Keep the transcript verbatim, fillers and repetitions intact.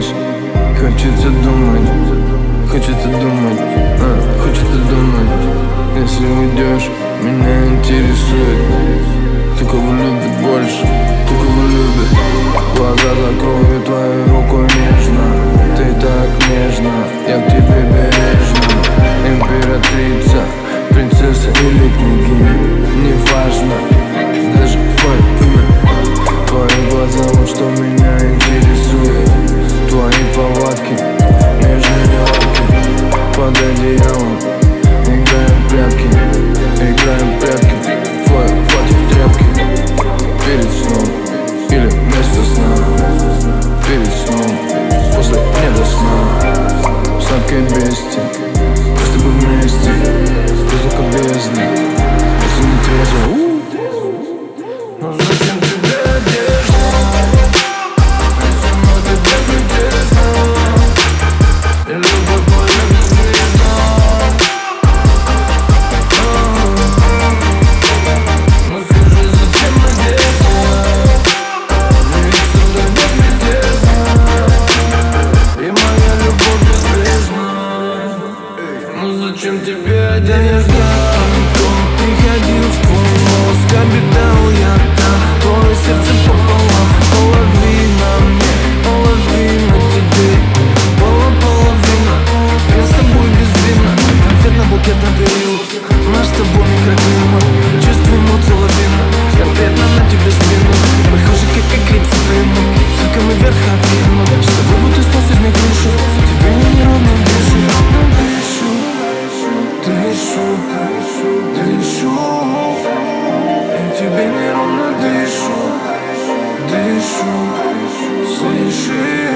улыбнись. Хочется думать, хочется думать, а, хочется думать. Если уйдешь, меня интересует, кто кого любит больше, кто кого любит. Глаза закрою, твою руку нежно. Ты так нежна, я к тебе бережно. Императрица, принцесса или княгиня, неважно, даже твое имя. Твои глаза, вот что меня интересует. Твои повадки, нежные лапки. Под одеялом играем в прятки, играем в прятки. Твое платье в тряпке. Перед сном или вместо сна. Перед сном, после не до сна. Сладкое бестие, мы с тобой вместе. Воздуха бездны, если не трезво. Но зачем тебе одежда? Если мной ты безнадежна. И любовь моя безнежна. Ну скажи, зачем надежда? Ведь любовь безнежна. И моя любовь безбрежна. Ну зачем тебе одежда? Ты ходил в твой мозг, обитал я там. Твое сердце пополам, половина мне, половина тебе. Пола половина, я с тобой безвинна. Конфетно-букетный период, наш с тобой микроклимат. Чувствуем лавина, конкретно на тебе спину. Похоже, как эклипс прыгну, ссылками вверх откину. С тобой будто сто седьмой крышу, тебе неровно дышу. Дышу, дышу, я тебе неровно дышу, дышу, слышишь?